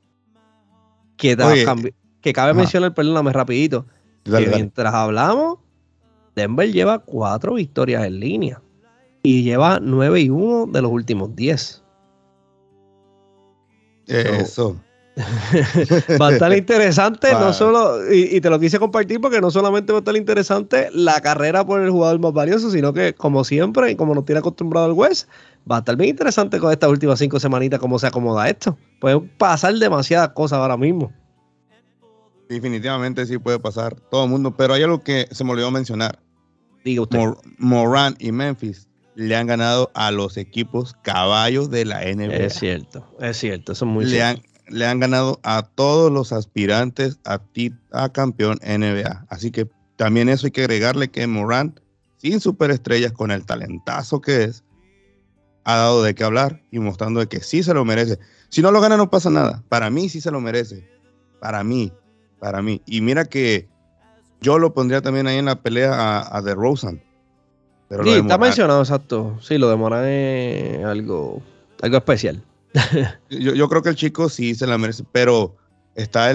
Oye, Que cabe ajá, mencionar, perdóname rapidito, dale, que dale. mientras hablamos, Denver lleva 4 victorias en línea y lleva 9-1 de los últimos 10. So, Eso. va a estar interesante, no Va. solo, y te lo quise compartir porque no solamente va a estar interesante la carrera por el jugador más valioso, sino que, como siempre, y como nos tiene acostumbrado el West, va a estar bien interesante con estas últimas 5 semanitas cómo se acomoda esto. Pueden pasar demasiadas cosas ahora mismo. Definitivamente sí puede pasar todo el mundo, pero hay algo que se me olvidó mencionar. Diga usted. Morant y Memphis le han ganado a los equipos caballos de la NBA. Es cierto, eso es muy cierto. Le han ganado a todos los aspirantes a campeón NBA. Así que también eso hay que agregarle que Morant, sin superestrellas, con el talentazo que es, ha dado de qué hablar y mostrando de que sí se lo merece. Si no lo gana no pasa nada. Para mí sí se lo merece. Para mí. Y mira que yo lo pondría también ahí en la pelea a DeRozan. Pero Sí, lo de está Morant, mencionado, exacto. Sí, lo de Morán es algo especial. yo creo que el chico sí se la merece, pero está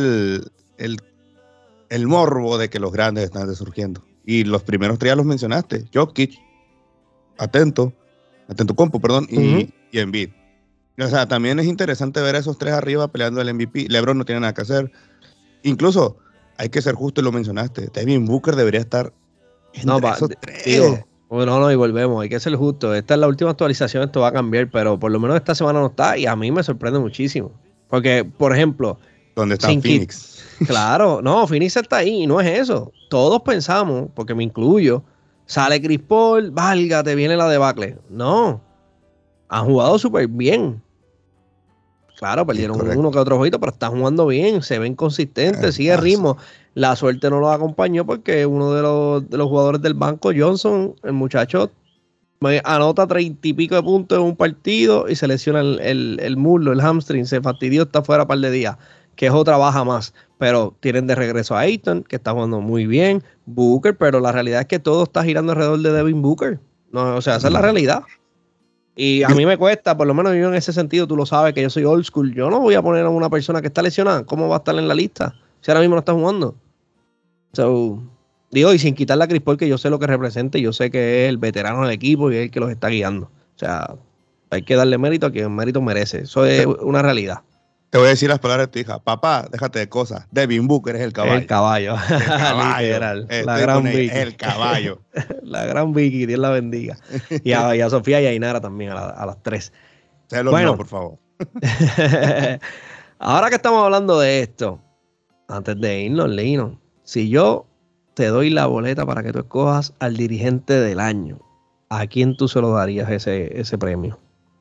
el morbo de que los grandes están resurgiendo. Y los primeros tres ya los mencionaste. Jokic, atento compo, perdón, y Embiid. O sea, también es interesante ver a esos tres arriba peleando el MVP. LeBron no tiene nada que hacer. Incluso, hay que ser justo y lo mencionaste. Devin Booker debería estar entre esos tres. Digo, no, y volvemos, hay que ser justo. Esta es la última actualización, esto va a cambiar, pero por lo menos esta semana no está y a mí me sorprende muchísimo. Porque, por ejemplo, ¿Dónde está Phoenix? Claro, no, Phoenix está ahí y no es eso. Todos pensamos, porque me incluyo, sale Chris Paul, válgate, viene la debacle. No, han jugado súper bien. Claro, perdieron uno que otro jueguito, pero están jugando bien, se ven consistentes, sigue ritmo. La suerte no los acompañó porque uno de los jugadores del banco, Johnson, el muchacho, anota 30 y pico de puntos en un partido y se lesiona el muslo, el hamstring, se fastidió, está fuera un par de días, que es otra baja más. Pero tienen de regreso a Ayton, que está jugando muy bien, Booker, pero la realidad es que todo está girando alrededor de Devin Booker. No, o sea, esa es la realidad. Y a mí me cuesta, por lo menos yo en ese sentido, tú lo sabes, que yo soy old school. Yo no voy a poner a una persona que está lesionada. ¿Cómo va a estar en la lista? Si ahora mismo no está jugando. So, digo, y sin quitar la Chris Paul, que yo sé lo que representa, y yo sé que es el veterano del equipo y es el que los está guiando. O sea, hay que darle mérito a quien mérito merece. Eso es una realidad. Te voy a decir las palabras de tu hija. Papá, déjate de cosas. Devin Booker es el caballo. El caballo. El caballo. Literal. La gran Vicky. El caballo. La gran Vicky, Dios la bendiga. Y a Sofía y a Inara también, a las 3. Bueno, por favor. Ahora que estamos hablando de esto, antes de irnos, Lino, si yo te doy la boleta para que tú escojas al dirigente del año, ¿a quién tú se lo darías ese premio?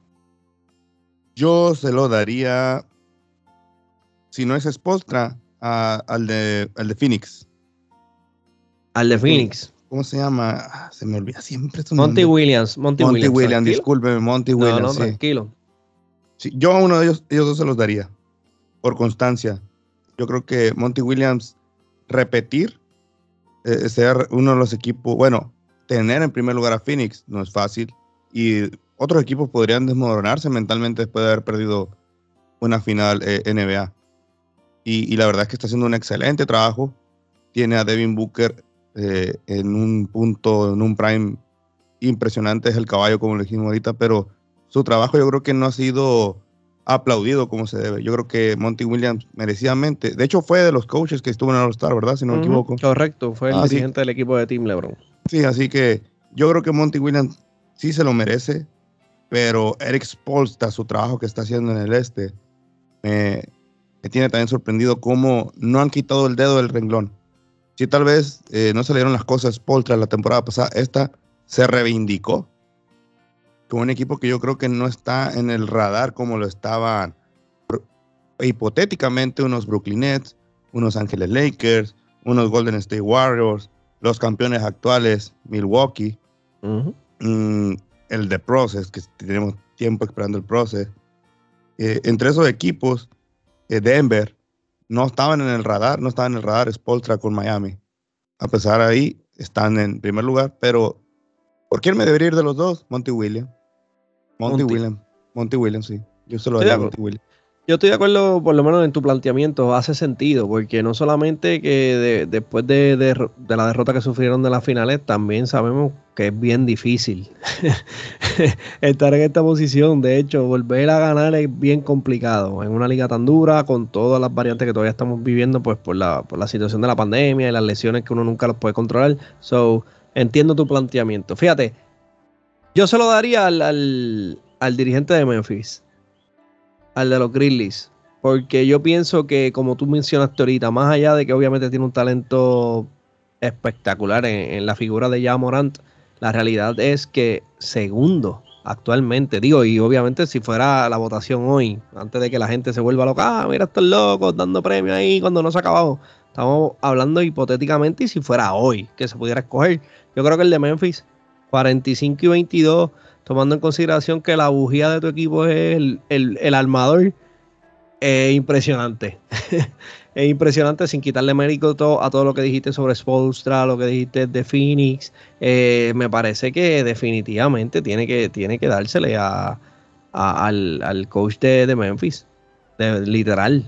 Yo se lo daría, si no es Spoelstra, al de Phoenix. Al de Phoenix. ¿Cómo se llama? Se me olvida siempre su Monty nombre. Williams. Monty Williams, discúlpeme, Monty Williams. No, sí. Tranquilo. Sí, yo a uno de ellos dos se los daría, por constancia. Yo creo que Monty Williams repetir, ser uno de los equipos, bueno, tener en primer lugar a Phoenix no es fácil. Y otros equipos podrían desmoronarse mentalmente después de haber perdido una final NBA. Y la verdad es que está haciendo un excelente trabajo. Tiene a Devin Booker en un punto, en un prime impresionante. Es el caballo, como le dijimos ahorita, pero su trabajo yo creo que no ha sido aplaudido como se debe. Yo creo que Monty Williams merecidamente, de hecho fue de los coaches que estuvo en el All-Star, ¿verdad? Si no me equivoco. Correcto, fue el dirigente del equipo de Team LeBron. Sí, así que yo creo que Monty Williams sí se lo merece, pero Eric Spoelstra, su trabajo que está haciendo en el este, me tiene también sorprendido cómo no han quitado el dedo del renglón. Sí, tal vez no salieron las cosas Spoelstra la temporada pasada, esta se reivindicó con un equipo que yo creo que no está en el radar como lo estaban hipotéticamente unos Brooklyn Nets, unos Ángeles Lakers, unos Golden State Warriors, los campeones actuales, Milwaukee, el The Process, que tenemos tiempo esperando el Process. Entre esos equipos, Denver no estaban en el radar, Spoelstra con Miami. A pesar de ahí, están en primer lugar, pero ¿por quién me debería ir de los dos? Monty Williams, sí. Yo se lo daría a Monty Williams. Yo estoy de acuerdo, por lo menos en tu planteamiento, hace sentido, porque no solamente que después de la derrota que sufrieron de las finales, también sabemos que es bien difícil estar en esta posición. De hecho, volver a ganar es bien complicado en una liga tan dura, con todas las variantes que todavía estamos viviendo, pues por la situación de la pandemia y las lesiones que uno nunca los puede controlar. So, entiendo tu planteamiento. Fíjate, yo se lo daría al dirigente de Memphis, al de los Grizzlies, porque yo pienso que, como tú mencionaste ahorita, más allá de que obviamente tiene un talento espectacular en la figura de Ja Morant, la realidad es que segundo actualmente, digo, y obviamente si fuera la votación hoy, antes de que la gente se vuelva loca, mira estos locos dando premios ahí cuando no se ha acabado, estamos hablando hipotéticamente y si fuera hoy que se pudiera escoger, yo creo que el de Memphis, 45 y 22, tomando en consideración que la bujía de tu equipo es el armador, es impresionante. Es impresionante, sin quitarle mérito a todo lo que dijiste sobre Spoelstra, lo que dijiste de Phoenix. Me parece que definitivamente tiene que dársele al coach de Memphis. Literal.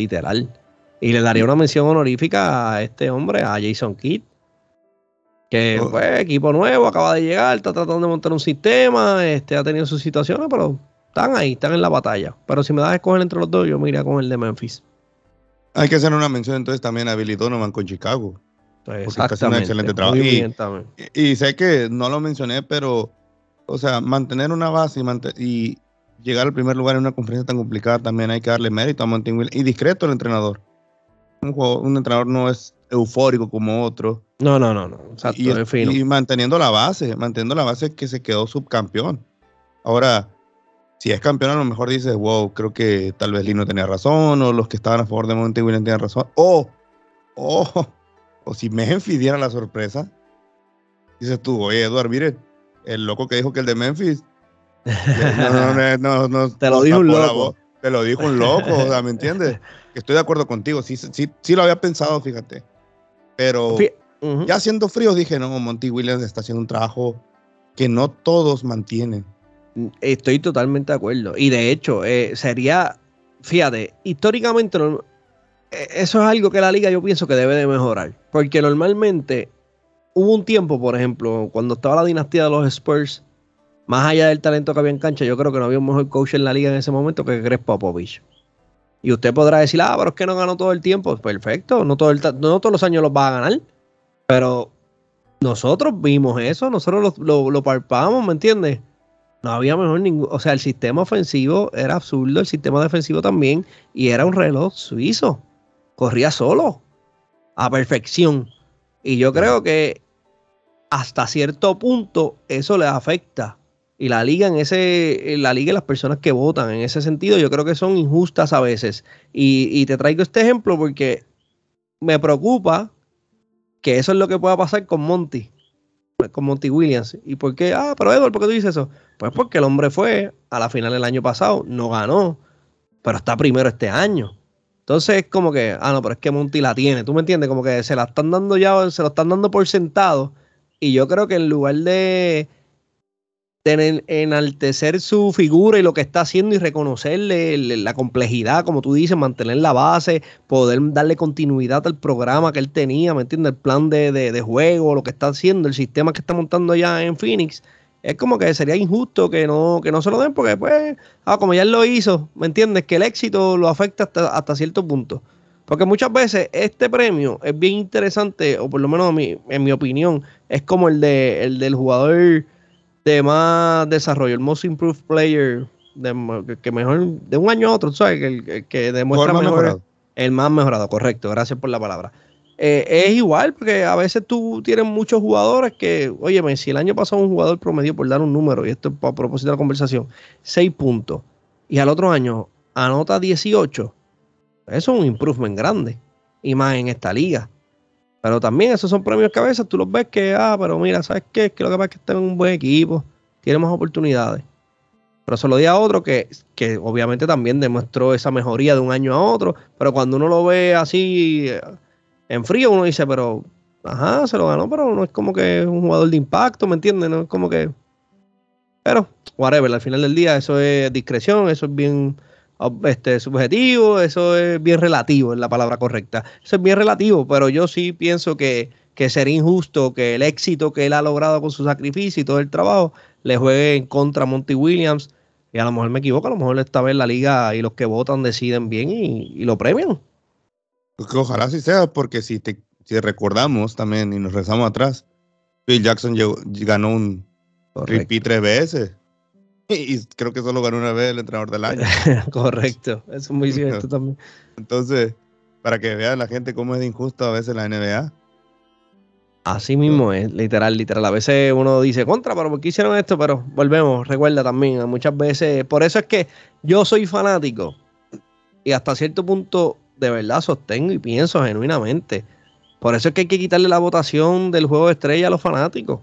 Y le daría una mención honorífica a este hombre, a Jason Kidd, que pues equipo nuevo, acaba de llegar, está tratando de montar un sistema, ha tenido sus situaciones, pero están en la batalla. Pero si me das a escoger entre los dos, yo me iría con el de Memphis. Hay que hacer una mención entonces también a Billy Donovan con Chicago. Porque está haciendo un excelente trabajo. Y sé que no lo mencioné, pero, o sea, mantener una base y llegar al primer lugar en una conferencia tan complicada, también hay que darle mérito a Monty Williams. Y discreto el entrenador. Un entrenador no es eufórico como otro. No. Exacto, es fino. Y manteniendo la base que se quedó subcampeón. Ahora, si es campeón, a lo mejor dices, wow, creo que tal vez Lino tenía razón, o los que estaban a favor de Monty Williams tenían razón. O si Memphis diera la sorpresa, dices tú, oye, Eduard, mire, el loco que dijo que el de Memphis no te lo dijo un loco. Te lo dijo un loco, o sea, ¿me entiendes? Estoy de acuerdo contigo, sí lo había pensado, fíjate. Pero ya siendo frío dije, no, Monty Williams está haciendo un trabajo que no todos mantienen. Estoy totalmente de acuerdo. Y de hecho, sería, fíjate, históricamente eso es algo que la liga yo pienso que debe de mejorar. Porque normalmente hubo un tiempo, por ejemplo, cuando estaba la dinastía de los Spurs, más allá del talento que había en cancha, yo creo que no había un mejor coach en la liga en ese momento que Greg Popovich. Y usted podrá decir, pero es que no ganó todo el tiempo. Perfecto, no todos los años los va a ganar. Pero nosotros vimos eso, nosotros lo palpamos, ¿me entiendes? No había mejor o sea, el sistema ofensivo era absurdo, el sistema defensivo también, y era un reloj suizo. Corría solo, a perfección. Y yo creo que hasta cierto punto eso les afecta. Y la liga y las personas que votan en ese sentido, yo creo que son injustas a veces. Y te traigo este ejemplo porque me preocupa que eso es lo que pueda pasar con Monty Williams. ¿Y por qué? Pero Edward, ¿por qué tú dices eso? Pues porque el hombre fue a la final el año pasado, no ganó, pero está primero este año. Entonces es como que, no, pero es que Monty la tiene. ¿Tú me entiendes? Como que se lo están dando por sentado. Y yo creo que en lugar de enaltecer su figura y lo que está haciendo y reconocerle la complejidad, como tú dices, mantener la base, poder darle continuidad al programa que él tenía, ¿me entiendes? El plan de juego, lo que está haciendo, el sistema que está montando allá en Phoenix, es como que sería injusto que no se lo den porque pues, como ya él lo hizo, ¿me entiendes? Que el éxito lo afecta hasta cierto punto. Porque muchas veces este premio es bien interesante, o por lo menos en mi opinión, es como el del jugador de más desarrollo, el Most Improved Player, que mejor de un año a otro, ¿sabes? Que demuestra mejor, el más mejorado, correcto, gracias por la palabra. Es igual, porque a veces tú tienes muchos jugadores que, óyeme, si el año pasado un jugador promedio, por dar un número, y esto es a propósito de la conversación, 6 puntos, y al otro año anota 18, Eso es un improvement grande. Y más en esta liga. Pero también esos son premios que a veces tú los ves que, pero mira, ¿sabes qué? Es que lo que pasa es que está en un buen equipo, tiene más oportunidades. Pero se lo di a otro que obviamente también demostró esa mejoría de un año a otro. Pero cuando uno lo ve así en frío, uno dice, pero, ajá, se lo ganó, pero no es como que es un jugador de impacto, ¿me entiendes? No es como que... Pero, whatever, al final del día eso es discreción, eso es bien subjetivo, eso es bien relativo, es la palabra correcta. Eso es bien relativo, pero yo sí pienso que sería injusto que el éxito que él ha logrado con su sacrificio y todo el trabajo le juegue en contra a Monty Williams. Y a lo mejor me equivoco, a lo mejor esta vez la liga y los que votan deciden bien y lo premian. Que ojalá así sea, porque si recordamos también y nos rezamos atrás, Phil Jackson ganó un repeat 3 veces. Y creo que solo ganó una vez el entrenador del año. Correcto, eso es muy cierto también. Entonces, para que vean la gente cómo es de injusto a veces la NBA. Así mismo es, literal. A veces uno dice, pero ¿por qué hicieron esto? Pero volvemos, recuerda también, muchas veces, por eso es que yo soy fanático y hasta cierto punto de verdad sostengo y pienso genuinamente. Por eso es que hay que quitarle la votación del juego de estrella a los fanáticos.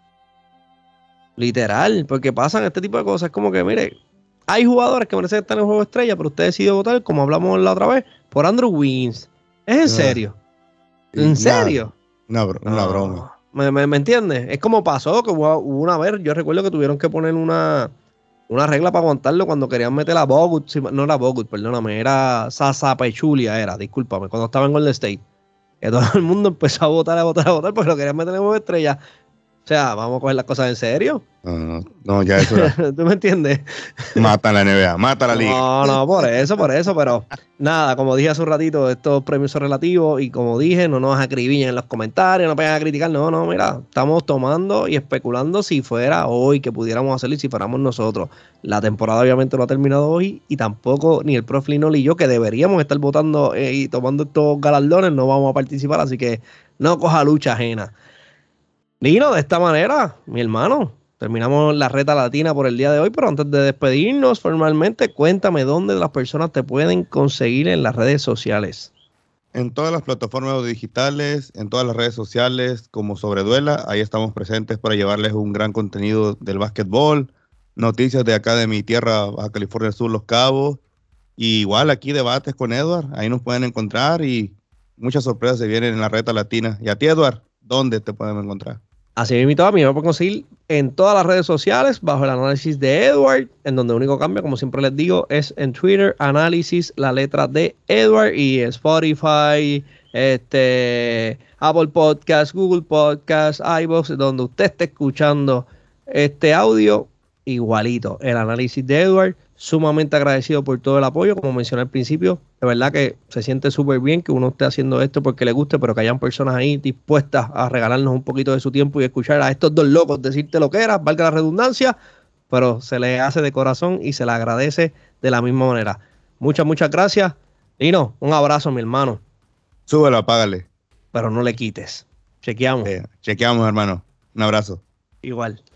Literal, porque pasan este tipo de cosas. Como que, mire, hay jugadores que merecen estar en el juego de estrella, pero usted decidió votar, como hablamos la otra vez, por Andrew Wiggins. ¿Es en serio? ¿En serio? Una broma. ¿Me entiendes? Es como pasó, que hubo una vez, yo recuerdo que tuvieron que poner una regla para aguantarlo cuando querían meter a Bogut. No era Bogut, perdóname, era Sasa Pachulia, discúlpame, cuando estaba en Golden State. Que todo el mundo empezó a votar porque lo querían meter en el juego de estrella. O sea, vamos a coger las cosas en serio. No, ya eso era. ¿Tú me entiendes? Mata la NBA, mata la liga. No, por eso, pero nada, como dije hace un ratito, estos premios son relativos y como dije, no nos acribillen en los comentarios, no vayan a criticar, no, mira, estamos tomando y especulando si fuera hoy que pudiéramos hacerlo y si fuéramos nosotros. La temporada obviamente no ha terminado hoy y tampoco ni el prof Linol y yo, que deberíamos estar votando y tomando estos galardones, no vamos a participar, así que no coja lucha ajena. Lino, de esta manera, mi hermano, terminamos la reta latina por el día de hoy, pero antes de despedirnos formalmente, cuéntame dónde las personas te pueden conseguir en las redes sociales. En todas las plataformas digitales, en todas las redes sociales, como Sobreduela, ahí estamos presentes para llevarles un gran contenido del básquetbol, noticias de acá de mi tierra, Baja California Sur, Los Cabos, y igual aquí debates con Edward, ahí nos pueden encontrar y muchas sorpresas se vienen en la reta latina. Y a ti, Edward, ¿dónde te podemos encontrar? Así mismo, a mí me pueden conseguir en todas las redes sociales bajo el análisis de Edward, en donde el único cambio, como siempre les digo, es en Twitter, análisis, la letra de Edward, y Spotify, Apple Podcasts, Google Podcasts, iVoox, donde usted esté escuchando este audio, igualito, el análisis de Edward. Sumamente agradecido por todo el apoyo, como mencioné al principio, de verdad que se siente súper bien que uno esté haciendo esto porque le guste, pero que hayan personas ahí dispuestas a regalarnos un poquito de su tiempo y escuchar a estos dos locos decirte lo que era, valga la redundancia, pero se le hace de corazón y se le agradece de la misma manera. Muchas gracias. Lino, un abrazo, mi hermano. Súbelo, apágale. Pero no le quites. Chequeamos. Chequeamos, hermano. Un abrazo. Igual.